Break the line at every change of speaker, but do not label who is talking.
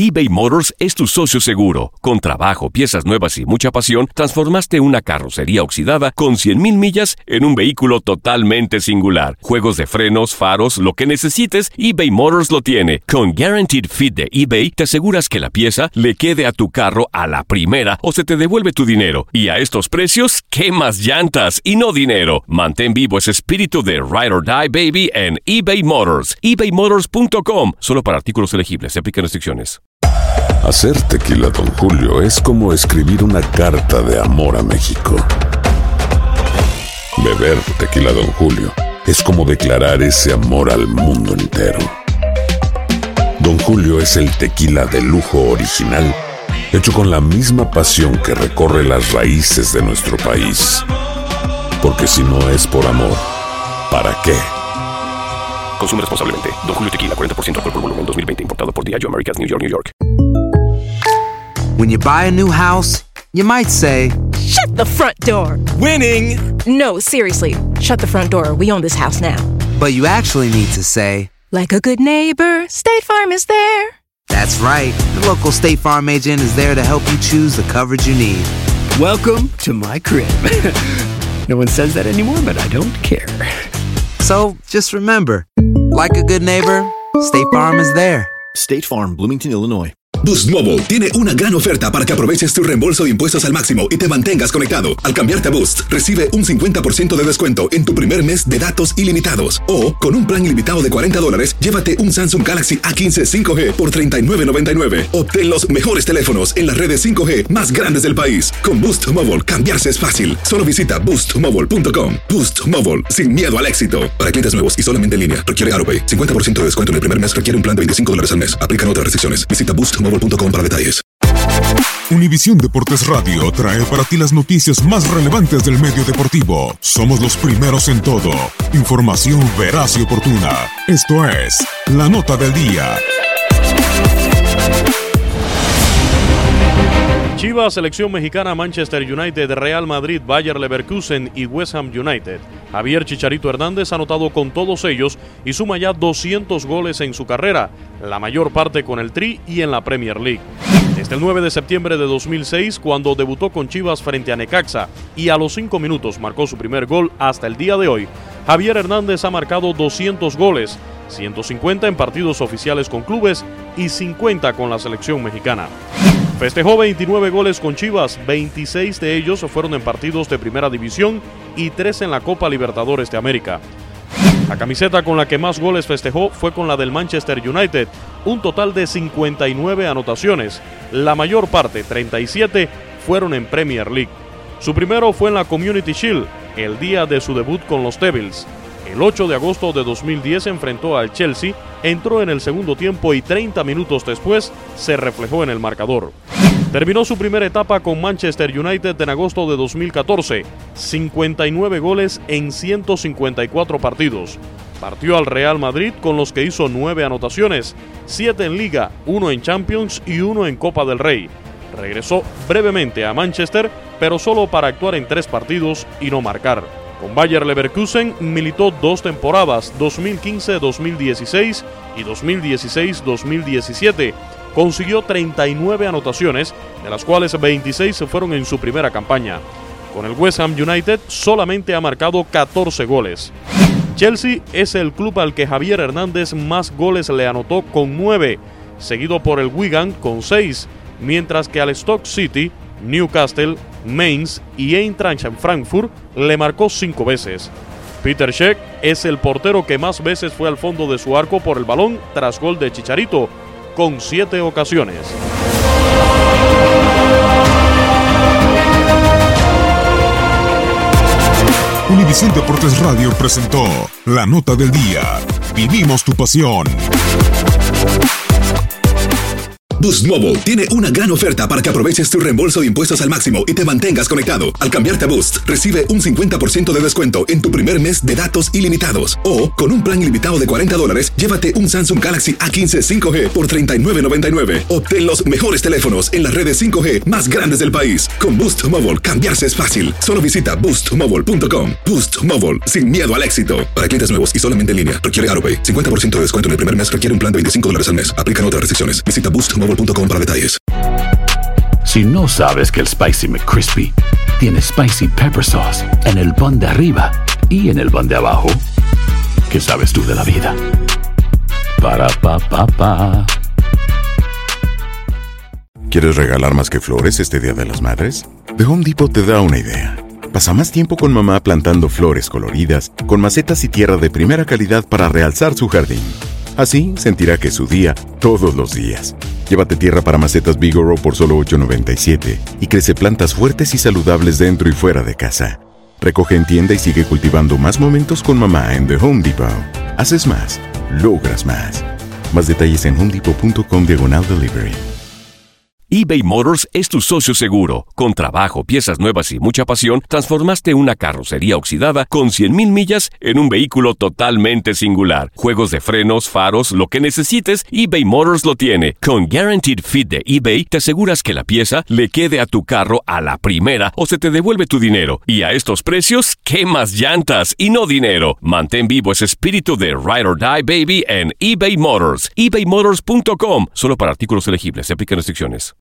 eBay Motors es tu socio seguro. Con trabajo, piezas nuevas y mucha pasión, transformaste una carrocería oxidada con 100,000 millas en un vehículo totalmente singular. Juegos de frenos, faros, lo que necesites, eBay Motors lo tiene. Con Guaranteed Fit de eBay, te aseguras que la pieza le quede a tu carro a la primera o se te devuelve tu dinero. Y a estos precios, ¿qué más llantas y no dinero? Mantén vivo ese espíritu de Ride or Die, baby, en eBay Motors. ebaymotors.com. Solo para artículos elegibles. Se aplican restricciones.
Hacer tequila Don Julio es como escribir una carta de amor a México. Beber tequila Don Julio es como declarar ese amor al mundo entero. Don Julio es el tequila de lujo original, hecho con la misma pasión que recorre las raíces de nuestro país. Porque si no es por amor, ¿para qué?
Consume responsablemente. Don Julio Tequila, 40% alcohol por volumen, 2020. Importado por Diageo Americas, New York, New York.
When you buy a new house, you might say,
"Shut the front door."
Winning!
No, seriously. Shut the front door. We own this house now.
But you actually need to say,
like a good neighbor, State Farm is there.
That's right. The local State Farm agent is there to help you choose the coverage you need.
Welcome to my crib. No one says that anymore, but I don't care.
So, just remember, like a good neighbor, State Farm is there.
State Farm, Bloomington, Illinois. Boost Mobile tiene una gran oferta para que aproveches tu reembolso de impuestos al máximo y te mantengas conectado. Al cambiarte a Boost, recibe un 50% de descuento en tu primer mes de datos ilimitados. O, con un plan ilimitado de $40, llévate un Samsung Galaxy A15 5G por $39.99. Obtén los mejores teléfonos en las redes 5G más grandes del país. Con Boost Mobile, cambiarse es fácil. Solo visita boostmobile.com. Boost Mobile, sin miedo al éxito. Para clientes nuevos y solamente en línea, requiere AutoPay. 50% de descuento en el primer mes requiere un plan de $25 al mes. Aplican otras restricciones. Visita boostmobile.com para detalles.
Univisión Deportes Radio trae para ti las noticias más relevantes del medio deportivo. Somos los primeros en todo. Información veraz y oportuna. Esto es La Nota del Día.
Chivas, Selección Mexicana, Manchester United, Real Madrid, Bayer Leverkusen y West Ham United. Javier Chicharito Hernández ha anotado con todos ellos y suma ya 200 goles en su carrera, la mayor parte con el Tri y en la Premier League. Desde el 9 de septiembre de 2006, cuando debutó con Chivas frente a Necaxa y a los 5 minutos marcó su primer gol, hasta el día de hoy, Javier Hernández ha marcado 200 goles, 150 en partidos oficiales con clubes y 50 con la selección mexicana. Festejó 29 goles con Chivas, 26 de ellos fueron en partidos de primera división y 3 en la Copa Libertadores de América. La camiseta con la que más goles festejó fue con la del Manchester United, un total de 59 anotaciones, la mayor parte, 37, fueron en Premier League. Su primero fue en la Community Shield, el día de su debut con los Devils. El 8 de agosto de 2010 enfrentó al Chelsea, entró en el segundo tiempo y 30 minutos después se reflejó en el marcador. Terminó su primera etapa con Manchester United en agosto de 2014, 59 goles en 154 partidos. Partió al Real Madrid con los que hizo 9 anotaciones, 7 en Liga, 1 en Champions y 1 en Copa del Rey. Regresó brevemente a Manchester, pero solo para actuar en 3 partidos y no marcar. Con Bayer Leverkusen militó 2 temporadas, 2015-2016 y 2016-2017. Consiguió 39 anotaciones, de las cuales 26 fueron en su primera campaña. Con el West Ham United solamente ha marcado 14 goles. Chelsea es el club al que Javier Hernández más goles le anotó con 9, seguido por el Wigan con 6, mientras que al Stoke City, Newcastle, Mainz y Eintracht Frankfurt le marcó 5 veces. Peter Cech es el portero que más veces fue al fondo de su arco por el balón tras gol de Chicharito, con 7 ocasiones.
Univisión Deportes Radio presentó La Nota del Día. Vivimos tu pasión.
Boost Mobile tiene una gran oferta para que aproveches tu reembolso de impuestos al máximo y te mantengas conectado. Al cambiarte a Boost, recibe un 50% de descuento en tu primer mes de datos ilimitados. O, con un plan ilimitado de $40, llévate un Samsung Galaxy A15 5G por $39.99. Obtén los mejores teléfonos en las redes 5G más grandes del país. Con Boost Mobile, cambiarse es fácil. Solo visita boostmobile.com. Boost Mobile, sin miedo al éxito. Para clientes nuevos y solamente en línea, requiere AutoPay. 50% de descuento en el primer mes requiere un plan de $25 al mes. Aplican otras restricciones. Visita boostmobile.com boostmobile.com para detalles.
Si no sabes que el Spicy McCrispy tiene Spicy Pepper Sauce en el pan de arriba y en el pan de abajo, ¿qué sabes tú de la vida? Para, pa, pa, pa.
¿Quieres regalar más que flores este Día de las Madres? The Home Depot te da una idea. Pasa más tiempo con mamá plantando flores coloridas, con macetas y tierra de primera calidad para realzar su jardín. Así sentirá que es su día todos los días. Llévate tierra para macetas Vigoro por solo $8.97 y crece plantas fuertes y saludables dentro y fuera de casa. Recoge en tienda y sigue cultivando más momentos con mamá en The Home Depot. Haces más, logras más. Más detalles en homedepot.com/delivery.
eBay Motors es tu socio seguro. Con trabajo, piezas nuevas y mucha pasión, transformaste una carrocería oxidada con 100,000 millas en un vehículo totalmente singular. Juegos de frenos, faros, lo que necesites, eBay Motors lo tiene. Con Guaranteed Fit de eBay, te aseguras que la pieza le quede a tu carro a la primera o se te devuelve tu dinero. Y a estos precios, ¿qué más llantas y no dinero? Mantén vivo ese espíritu de Ride or Die, baby, en eBay Motors. ebaymotors.com. Solo para artículos elegibles. Se aplican restricciones.